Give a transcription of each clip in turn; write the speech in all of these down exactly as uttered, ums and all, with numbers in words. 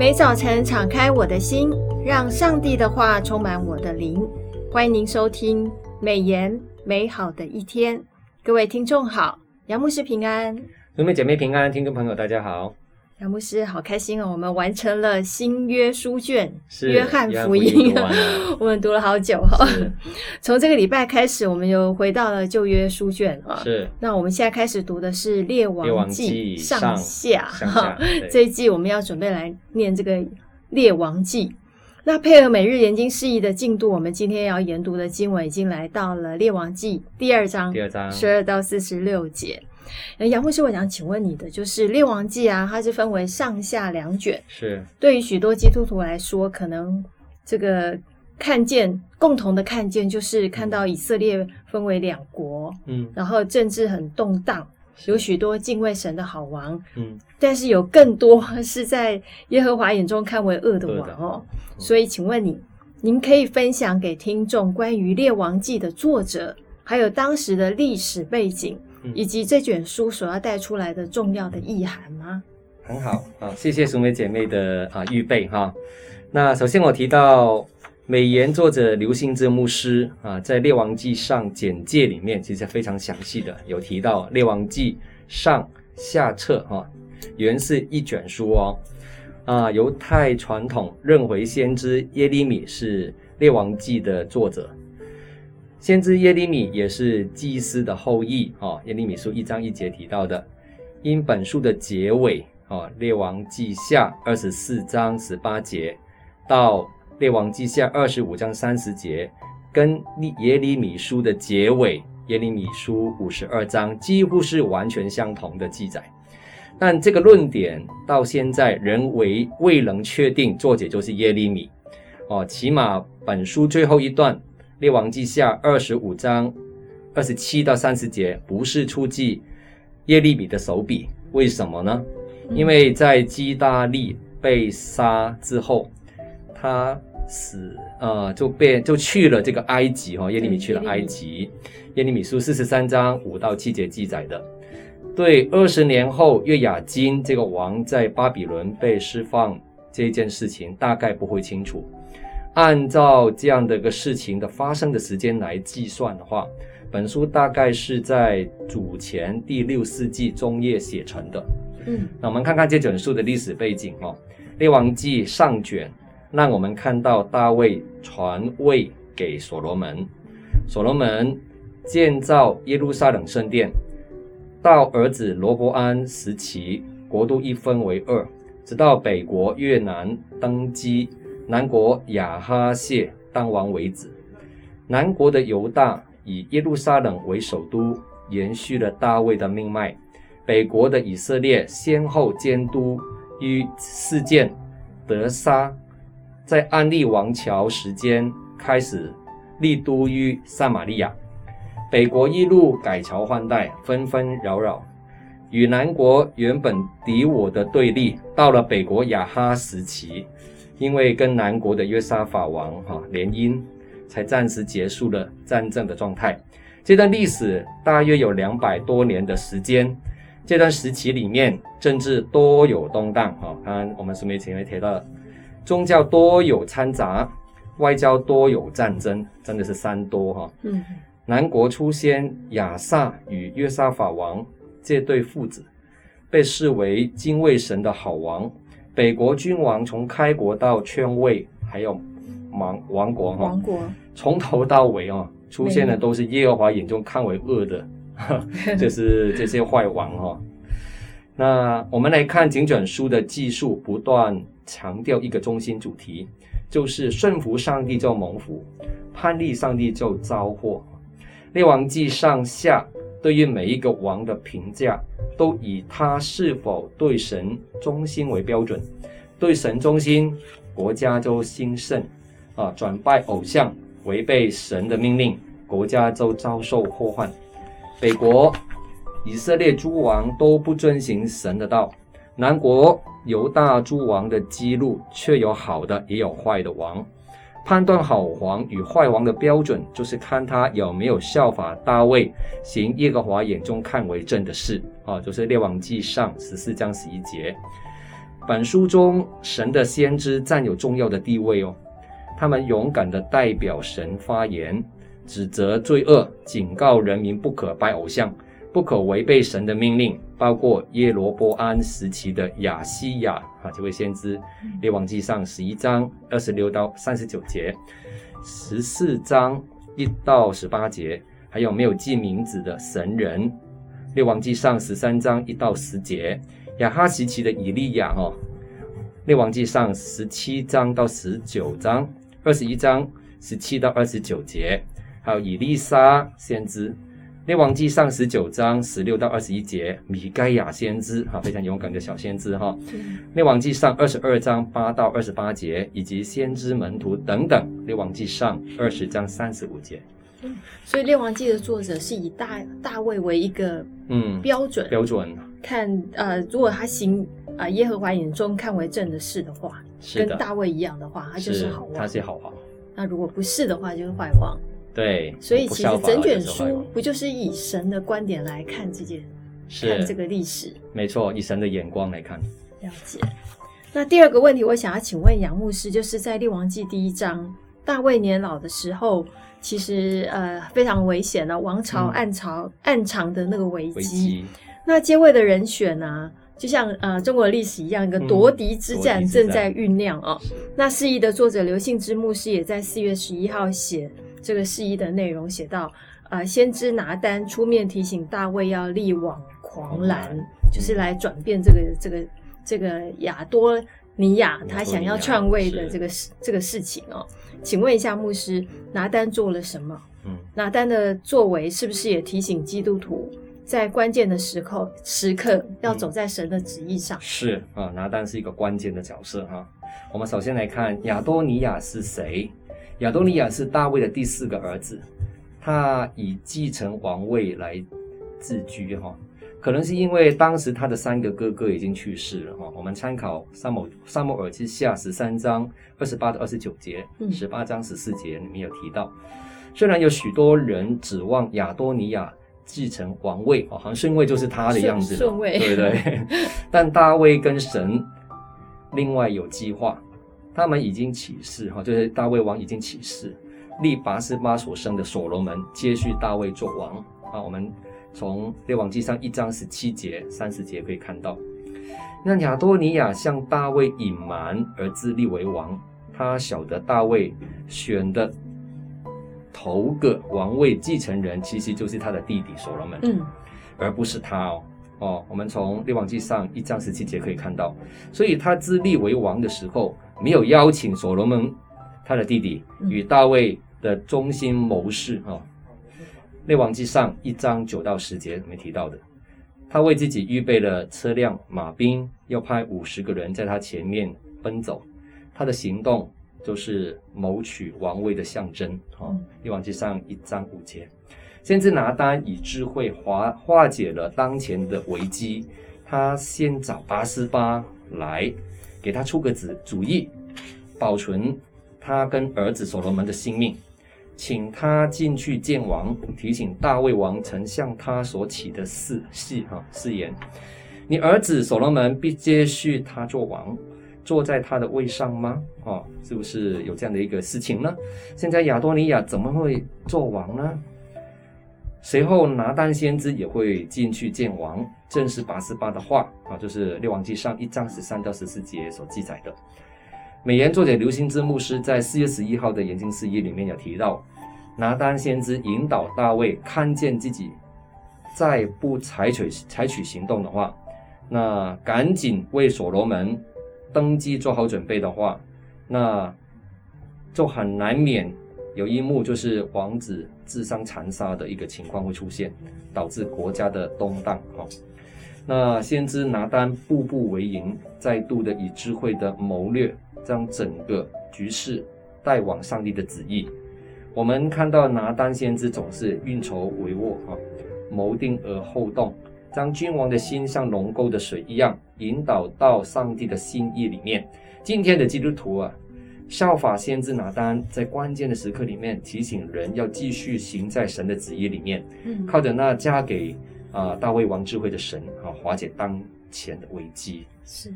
每早晨敞开我的心，让上帝的话充满我的灵。欢迎您收听美言美好的一天。各位听众好，杨牧师平安， 姊妹姐妹平安，听众朋友大家好。 杨牧师好开心哦，我们完成了新约书卷是约翰福音，我们读了好久哈、哦。从这个礼拜开始，我们又回到了旧约书卷啊。 是。 那我们现在开始读的是列王记上下， 上下这一季我们要准备来念这个列王记。那配合每日研经释义的进度，我们今天要研读的经文已经来到了列王记第二章， 第二章十二到四十六节。杨牧师，我想请问你的就是列王记啊，它是分为上下两卷。 是。对于许多基督徒来说，可能这个看见共同的看见就是看到以色列分为两国，嗯，然后政治很动荡，有许多敬畏神的好王，嗯，但是有更多是在耶和华眼中看为恶的王哦。嗯、所以请问你，您可以分享给听众关于列王记的作者，还有当时的历史背景，嗯、以及这卷书所要带出来的重要的意涵吗？ 很好啊，谢谢淑美姐妹的啊预备哈。那首先我提到美言作者刘兴之牧师啊，在列王记上简介里面其实非常详细的有提到列王记上下册哈，原是一卷书哦。啊，犹太传统认为先知耶利米是列王记的作者，先知耶利米也是祭司的后裔啊。耶利米书一章一节提到的，因本书的结尾啊，列王记下二十四章十八节到列王记下二十五章三十节，跟耶利米书的结尾耶利米书五十二章几乎是完全相同的记载。但这个论点到现在仍为未能确定作者就是耶利米哦，起码本书最后一段列王记下二十五章二十七到三十节不是出自耶利米的手笔。为什么呢？因为在基大利被杀之后，他死呃就被就去了这个埃及哈、哦，耶利米去了埃及。耶利米书四十三章五到七节记载的。对二十年后约雅斤这个王在巴比伦被释放这件事情大概不会清楚。按照这样的一个事情的发生的时间来计算的话，本书大概是在主前第六世纪中叶写成的。嗯，那我们看看这卷书的历史背景哦。列王记上卷让我们看到大卫传位给所罗门，所罗门建造耶路撒冷圣殿，到儿子罗伯安时期，国度一分为二，直到北国越南登基，南国亚哈谢当王为止。南国的犹大以耶路撒冷为首都，延续了大卫的命脉。北国的以色列先后监督于事件得沙，在安利王朝时间开始立都于撒玛利亚。北国一路改朝换代，纷纷扰扰，与南国原本敌我的对立，到了北国亚哈时期，因为跟南国的约沙法王哈、啊、联姻，才暂时结束了战争的状态。这段历史大约有两百多年的时间。这段时期里面，政治多有动荡哈，刚刚我们书面前面提到了，宗教多有掺杂，外交多有战争，真的是三多哈。嗯。南国出现亚撒与约沙法王这对父子，被视为敬畏神的好王。北国君王从开国到劝位，还有王王国哈，王国从头到尾啊，出现的都是耶和华眼中看为恶的，就是这些坏王哈。那我们来看整卷书的记述，不断强调一个中心主题，就是顺服上帝就蒙福，叛逆上帝就遭祸。列王记上下对于每一个王的评价，都以他是否对神忠心为标准。对神忠心，国家就兴盛啊；转拜偶像，违背神的命令，国家就遭受祸患。北国以色列诸王都不遵行神的道，南国犹大诸王的记录却有好的也有坏的王。判断好王与坏王的标准，就是看他有没有效法大卫，行耶和华眼中看为正的事啊，就是列王记上十四章十一节。 本书中神的先知占有重要的地位哦，他们勇敢地代表神发言，指责罪恶，警告人民不可拜偶像，不可违背神的命令，包括耶罗波安时期的亚西亚啊，这位先知，列王纪上十一章二十六到三十九节，十四章一到十八节，还有没有记名字的神人，列王纪上十三章一到十节，亚哈时期的以利亚哦，列王纪上十七章到十九章，二十一章十七到二十九节，还有以利沙先知，列王纪上十九章十六到二十一节，米该亚先知哈，非常勇敢的小先知哈。列王纪上二十二章八到二十八节，以及先知门徒等等，列王纪上二十章三十五节。 嗯，所以列王纪的作者是以大大卫为一个嗯标准、嗯、 标准看呃，如果他行啊、呃、耶和华眼中看为正的事的话，跟大卫一样的话，他就是好王， 他是好王。 那如果不是的话，就是坏王。 对， 所以其实整卷书不就是以神的观点来看这件看这个历史？ 没错，以神的眼光来看。 了解。那第二个问题，我想要请问杨牧师，就是在列王纪第一章，大卫年老的时候，其实呃非常危险了、啊，王朝暗朝、嗯、暗藏的那个危机。危机那接位的人选啊，就像呃中国历史一样，一个夺嫡之战正在酝酿哦。嗯、那释义的作者刘信之牧师也在四月十一号写。这个释义的内容写到，呃，先知拿单出面提醒大卫要力挽狂澜，就是来转变这个这个这个亚多尼亚他想要篡位的这个这个事情哦。请问一下牧师，拿单做了什么？嗯，拿单的作为是不是也提醒基督徒在关键的时刻时刻要走在神的旨意上？嗯、 是啊，拿单是一个关键的角色哈。我们首先来看亚多尼亚是谁？亚多尼亚是大卫的第四个儿子，他以继承王位来自居哈，可能是因为当时他的三个哥哥已经去世了哈。我们参考撒母撒母耳记下十三章二十八到二十九节，十八章十四节里面有提到，虽然有许多人指望亚多尼亚继承王位，好像顺位就是他的样子， 顺位对不对？但大卫跟神另外有计划。他们已经起誓，就是大卫王已经起誓，立拔示巴所生的所罗门接续大卫做王啊。我们从列王纪上一章十七节、三十节可以看到，那亚多尼亚向大卫隐瞒而自立为王，他晓得大卫选的头个王位继承人其实就是他的弟弟所罗门，嗯，而不是他哦。哦，我们从列王纪上一章十七节可以看到，所以他自立为王的时候，没有邀请所罗门他的弟弟与大卫的忠心谋士啊、哦。列王纪上一章九到十节没提到的，他为自己预备了车辆马兵，要派五十个人在他前面奔走，他的行动就是谋取王位的象征啊、哦。列王纪上一章五节。先知拿单以智慧化化解了当前的危机，他先找拔示巴来给他出个主意，保存他跟儿子所罗门的性命，请他进去见王，提醒大卫王曾向他所起的誓誓哈誓言，你儿子所罗门必接续他做王，坐在他的位上吗？哦，是不是有这样的一个事情呢？现在亚多尼亚怎么会做王呢？随后拿单先知也会进去见王，正是拔示巴的话啊，就是列王纪上一章十三到十四节所记载的。美言作者刘兴之牧师在四月十一号的研经释义里面有提到，拿单先知引导大卫看见自己再不采取采取行动的话，那赶紧为所罗门登基做好准备的话，那就很难免有一幕就是王子自相残杀的一个情况会出现，导致国家的动荡、哦、那先知拿单步步为营，再度的以智慧的谋略将整个局势带往上帝的旨意。我们看到拿单先知总是运筹帷幄、哦、谋定而后动，将君王的心像龙沟的水一样引导到上帝的心意里面。今天的基督徒啊，效法先知拿单，在关键的时刻里面提醒人要继续行在神的旨意里面，嗯、靠着那加给、呃、大卫王智慧的神、啊、化解当前的危机。 是，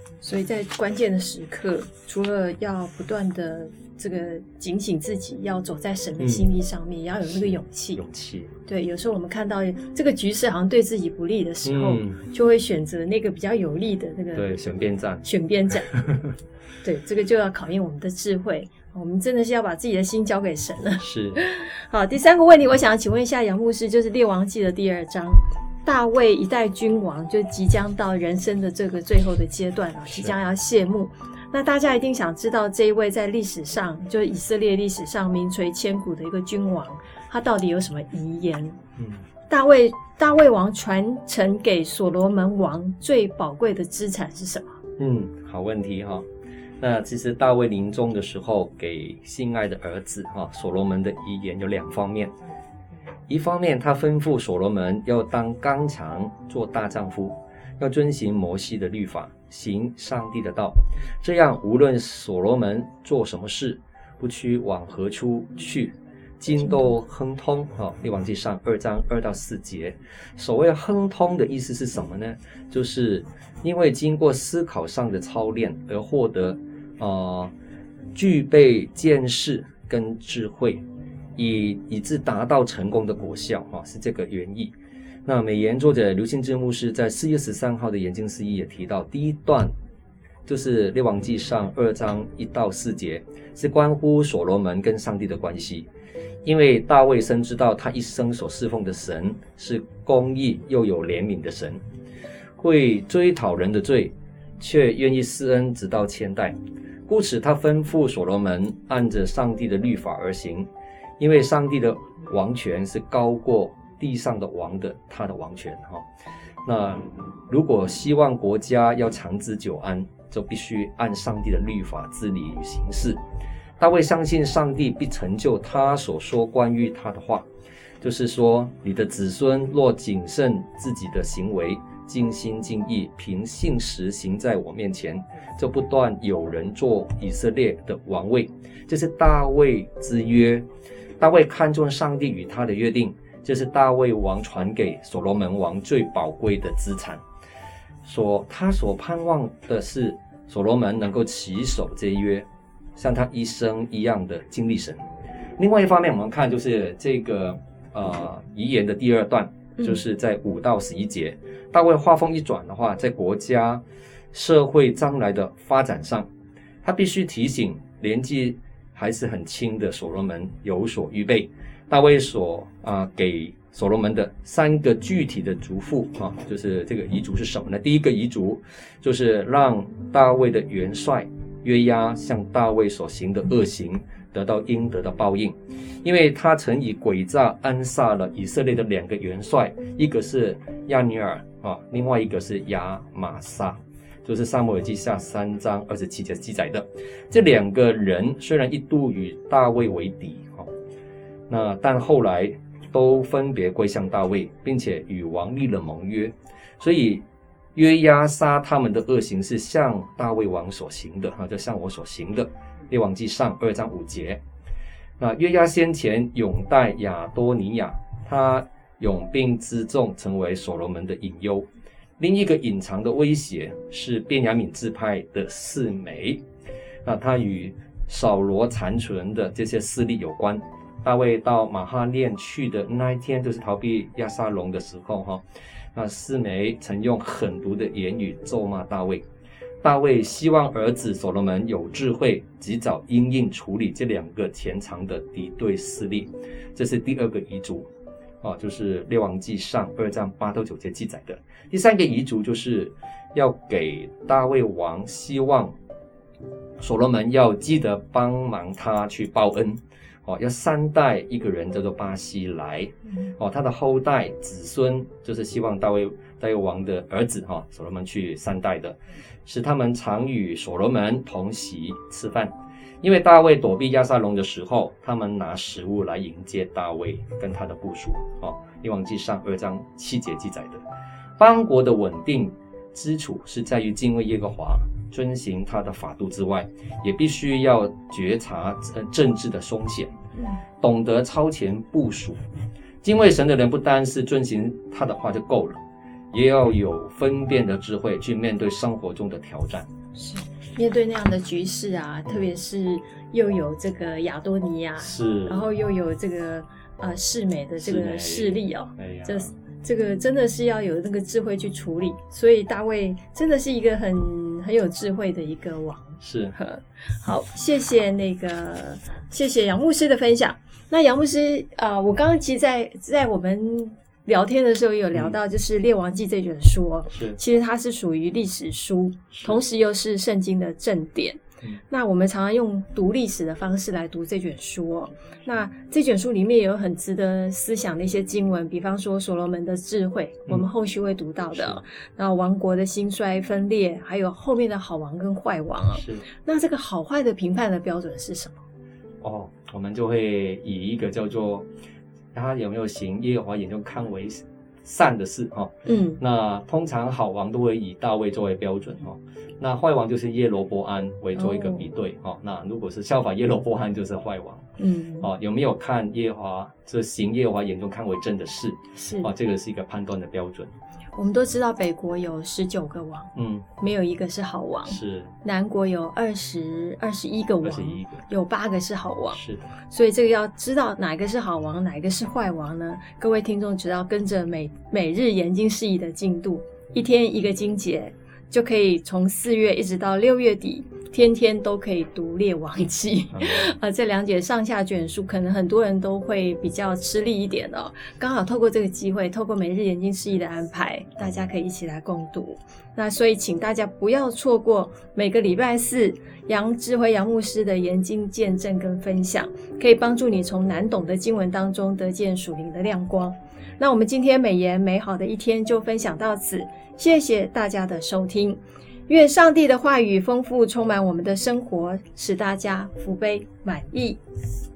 所以在关键的时刻，除了要不断的这个警醒自己，要走在神的心意上面，也、嗯、要有那个勇气。 勇气。对， 有时候我们看到这个局势好像对自己不利的时候，嗯、就会选择那个比较有利的那个。 对，选边站。 选边站。对，这个就要考验我们的智慧。我们真的是要把自己的心交给神了。 是。 好，第三个问题，我想请问一下杨牧师，就是《列王纪》的第二章。大卫一代君王就即将到人生的这个最后的阶段了，即将要谢幕。那大家一定想知道这一位在历史上，就是以色列历史上名垂千古的一个君王，他到底有什么遗言？嗯，大卫大卫王传承给所罗门王最宝贵的资产是什么？ 嗯，好问题哈。那其实大卫临终的时候给心爱的儿子哈所罗门的遗言有两方面。一方面，他吩咐所罗门要当刚强，做大丈夫，要遵行摩西的律法，行上帝的道，这样无论所罗门做什么事，不屈往何处去，经都亨通。哦，列王纪上二章二到四节。所谓亨通的意思是什么呢？就是因为经过思考上的操练而获得呃具备见识跟智慧。以以致达到成功的果效，哈，是这个原意。那美言作者刘兴志牧师在四月十三号的研经释义也提到，第一段就是列王纪上二章一到四节，是关乎所罗门跟上帝的关系。因为大卫深知道他一生所侍奉的神是公义又有怜悯的神，会追讨人的罪，却愿意施恩直到千代，故此他吩咐所罗门按着上帝的律法而行。因为上帝的王权是高过地上的王的，他的王权哈。那如果希望国家要长治久安，就必须按上帝的律法治理与行事。大卫相信上帝必成就他所说关于他的话，就是说，你的子孙若谨慎自己的行为，尽心尽意，凭信实行在我面前，就不断有人做以色列的王位。这是大卫之约。大卫看重上帝与他的约定，这是大卫王传给所罗门王最宝贵的资产。所他所盼望的是所罗门能够持守这一约，像他一生一样的经历神。另外一方面，我们看就是这个呃遗言的第二段，就是在五到十一节，大卫话锋一转的话，在国家社会将来的发展上，他必须提醒年纪还是很轻的所罗门有所预备。大卫所啊、呃、给所罗门的三个具体的嘱咐啊，就是这个遗嘱是什么呢？第一个遗嘱就是让大卫的元帅约押向大卫所行的恶行得到应得的报应，因为他曾以诡诈暗杀了以色列的两个元帅，一个是亚尼尔啊，另外一个是亚玛撒。就是撒母耳记下三章二十七节记载的。这两个人虽然一度与大卫为敌，那但后来都分别归向大卫，并且与王立了盟约。所以约押杀他们的恶行是向大卫王所行的，就像我所行的。列王记上二章五节。那约押先前拥戴亚多尼亚，他拥兵辎重，成为所罗门的引诱。另一个隐藏的威胁是便雅悯支派的示每，那他与扫罗残存的这些势力有关。大卫到马哈念去的那一天，就是逃避押沙龙的时候哈。那示每曾用狠毒的言语咒骂大卫，大卫希望儿子所罗门有智慧，及早因应处理这两个潜藏的敌对势力。这是第二个遗嘱。啊，就是列王纪上二章八到九节记载的。第三个遗嘱就是要给大卫王，希望所罗门要记得帮忙他去报恩。哦，要善待一个人叫做巴西来。哦，他的后代子孙就是希望大卫大卫王的儿子哈、哦、所罗门去善待的，使他们常与所罗门同席吃饭。因为大卫躲避押沙龙的时候，他们拿食物来迎接大卫跟他的部属。哦，列王纪上二章七节记载的。邦国的稳定基础是在于敬畏耶和华，遵行他的法度之外，也必须要觉察政治的凶险，懂得超前部署。敬畏神的人不单是遵行他的话就够了， 也要有分辨的智慧去面对生活中的挑战。 是面对那样的局势啊，特别是又有这个亚多尼亚， 是，然后又有这个呃世美的这个势力哦， 哎呀， 这这个真的是要有那个智慧去处理，所以大卫真的是一个很很有智慧的一个王。 是， 好，谢谢那个谢谢杨牧师的分享。那杨牧师啊、呃，我刚刚其实在在我们聊天的时候有聊到，就是《列王纪》这卷书哦， 是， 其实它是属于历史书，同时又是圣经的正典。 嗯、 那我们常常用读历史的方式来读这卷书哦。那这卷书里面有很值得思想的一些经文，比方说所罗门的智慧，嗯、我们后续会读到的。然后王国的兴衰分裂，还有后面的好王跟坏王啊。 是。那这个好坏的评判的标准是什么？ 哦，我们就会以一个叫做他有没有行耶和华眼中看为善的事哦。 嗯， 那通常好王都会以大卫作为标准哦。那坏王就是耶罗波安为做一个比对、哦哦、那如果是效法耶罗波安就是坏王。 嗯， 哦，有没有看耶和华这行耶和华眼中看为正的事？ 是哦，这个是一个判断的标准。 我们都知道北国有十九个王， 嗯， 没有一个是好王。 是。 南国有二十二十一个王， 二十一个， 有八个是好王。 是。 所以这个要知道哪个是好王，哪个是坏王呢？各位听众只要跟着每每日研经释义的进度，一天一个经节，就可以从四月一直到六月底，天天都可以读列王纪、嗯、啊，这两节上下卷书可能很多人都会比较吃力一点哦。刚好透过这个机会，透过每日研经释义的安排，大家可以一起来共读。那所以请大家不要错过每个礼拜四杨智慧杨牧师的研经见证跟分享，可以帮助你从难懂的经文当中得见属灵的亮光。那我们今天美言美好的一天就分享到此，谢谢大家的收听。愿上帝的话语丰富充满我们的生活，使大家福杯满溢。